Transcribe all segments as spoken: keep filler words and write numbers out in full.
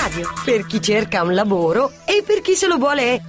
Lavoradio, per chi cerca un lavoro e per chi se lo vuole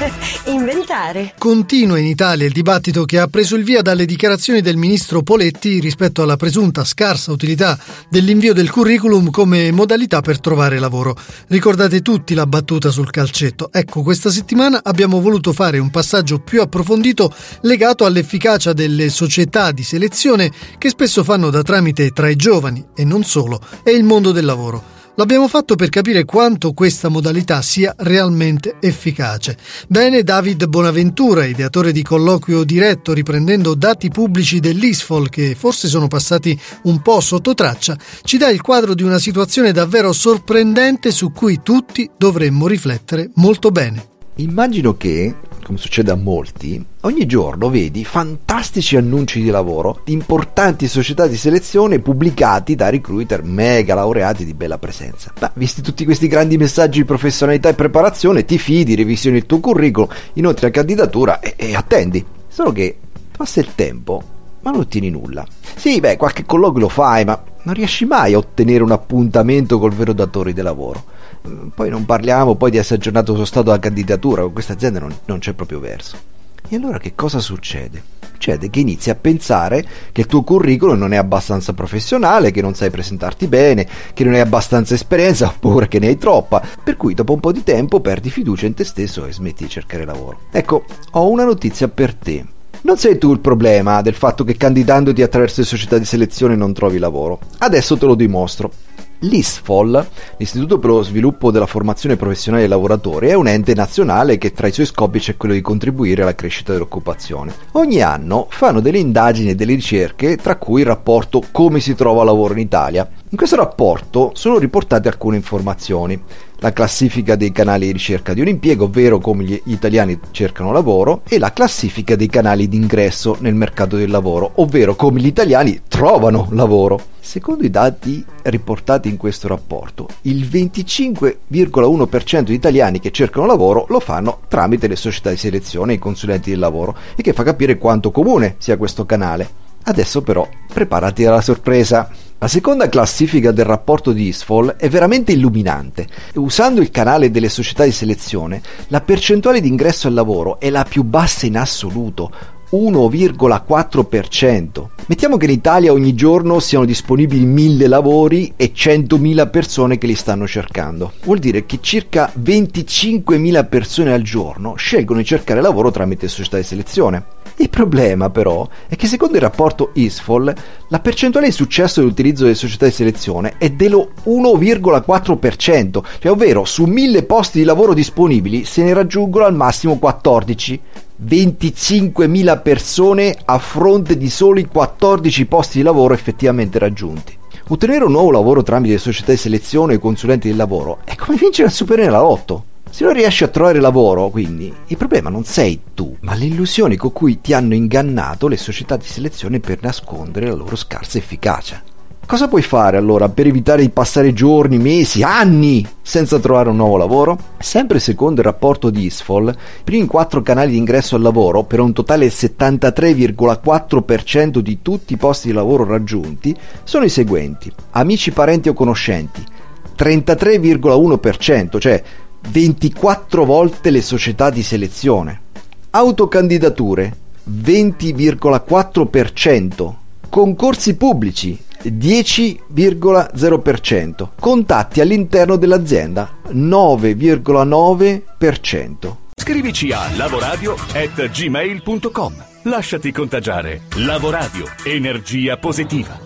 inventare. Continua in Italia il dibattito che ha preso il via dalle dichiarazioni del ministro Poletti rispetto alla presunta scarsa utilità dell'invio del curriculum come modalità per trovare lavoro. Ricordate tutti la battuta sul calcetto. Ecco, questa settimana abbiamo voluto fare un passaggio più approfondito legato all'efficacia delle società di selezione che spesso fanno da tramite tra i giovani, e non solo, e il mondo del lavoro. L'abbiamo fatto per capire quanto questa modalità sia realmente efficace. Bene, David Bonaventura, ideatore di Colloquio Diretto, riprendendo dati pubblici dell'ISFOL che forse sono passati un po' sotto traccia, ci dà il quadro di una situazione davvero sorprendente su cui tutti dovremmo riflettere molto bene. Immagino che, come succede a molti, ogni giorno vedi fantastici annunci di lavoro di importanti società di selezione pubblicati da recruiter mega laureati di bella presenza. Ma visti tutti questi grandi messaggi di professionalità e preparazione, ti fidi, revisioni il tuo curriculum, inoltri la candidatura e, e attendi. Solo che passa il tempo, ma non ottieni nulla. Sì, beh, qualche colloquio lo fai, ma non riesci mai a ottenere un appuntamento col vero datore di lavoro. Poi non parliamo poi di essere aggiornato sullo stato della candidatura, con questa azienda non, non c'è proprio verso. E allora che cosa succede? Succede che inizi a pensare che il tuo curriculum non è abbastanza professionale, che non sai presentarti bene, che non hai abbastanza esperienza oppure che ne hai troppa, per cui dopo un po' di tempo perdi fiducia in te stesso e smetti di cercare lavoro. Ecco, ho una notizia per te. Non sei tu il problema del fatto che candidandoti attraverso le società di selezione non trovi lavoro. Adesso te lo dimostro. L'ISFOL, l'Istituto per lo Sviluppo della Formazione Professionale dei Lavoratori, è un ente nazionale che tra i suoi scopi c'è quello di contribuire alla crescita dell'occupazione. Ogni anno fanno delle indagini e delle ricerche, tra cui il rapporto Come si trova lavoro in Italia. In questo rapporto sono riportate alcune informazioni. La classifica dei canali di ricerca di un impiego, ovvero come gli italiani cercano lavoro, e la classifica dei canali di ingresso nel mercato del lavoro, ovvero come gli italiani trovano lavoro. Secondo i dati riportati in questo rapporto, il venticinque virgola uno per cento di italiani che cercano lavoro lo fanno tramite le società di selezione e i consulenti del lavoro, e che fa capire quanto comune sia questo canale. Adesso però preparati alla sorpresa. La seconda classifica del rapporto di ISFOL è veramente illuminante. Usando il canale delle società di selezione, la percentuale di ingresso al lavoro è la più bassa in assoluto, uno virgola quattro per cento. Mettiamo che in Italia ogni giorno siano disponibili mille lavori e centomila persone che li stanno cercando. Vuol dire che circa venticinquemila persone al giorno scelgono di cercare lavoro tramite società di selezione. Il problema però è che secondo il rapporto ISFOL la percentuale di successo dell'utilizzo delle società di selezione è dello uno virgola quattro per cento, cioè ovvero su mille posti di lavoro disponibili se ne raggiungono al massimo quattordici. venticinquemila persone a fronte di soli quattordici posti di lavoro effettivamente raggiunti. Ottenere un nuovo lavoro tramite le società di selezione e i consulenti del lavoro è come vincere al Superenalotto. Se non riesci a trovare lavoro, quindi, il problema non sei tu, ma le illusioni con cui ti hanno ingannato le società di selezione per nascondere la loro scarsa efficacia. Cosa puoi fare allora per evitare di passare giorni, mesi, anni senza trovare un nuovo lavoro? Sempre secondo il rapporto di ISFOL, i primi quattro canali di ingresso al lavoro, per un totale del settantatré virgola quattro per cento di tutti i posti di lavoro raggiunti, sono i seguenti: amici, parenti o conoscenti, trentatré virgola uno per cento, cioè ventiquattro volte le società di selezione; autocandidature, venti virgola quattro per cento; concorsi pubblici, dieci virgola zero per cento; contatti all'interno dell'azienda, nove virgola nove per cento. Scrivici a lavoradio chiocciola gmail punto com. Lasciati contagiare. Lavoradio, energia positiva.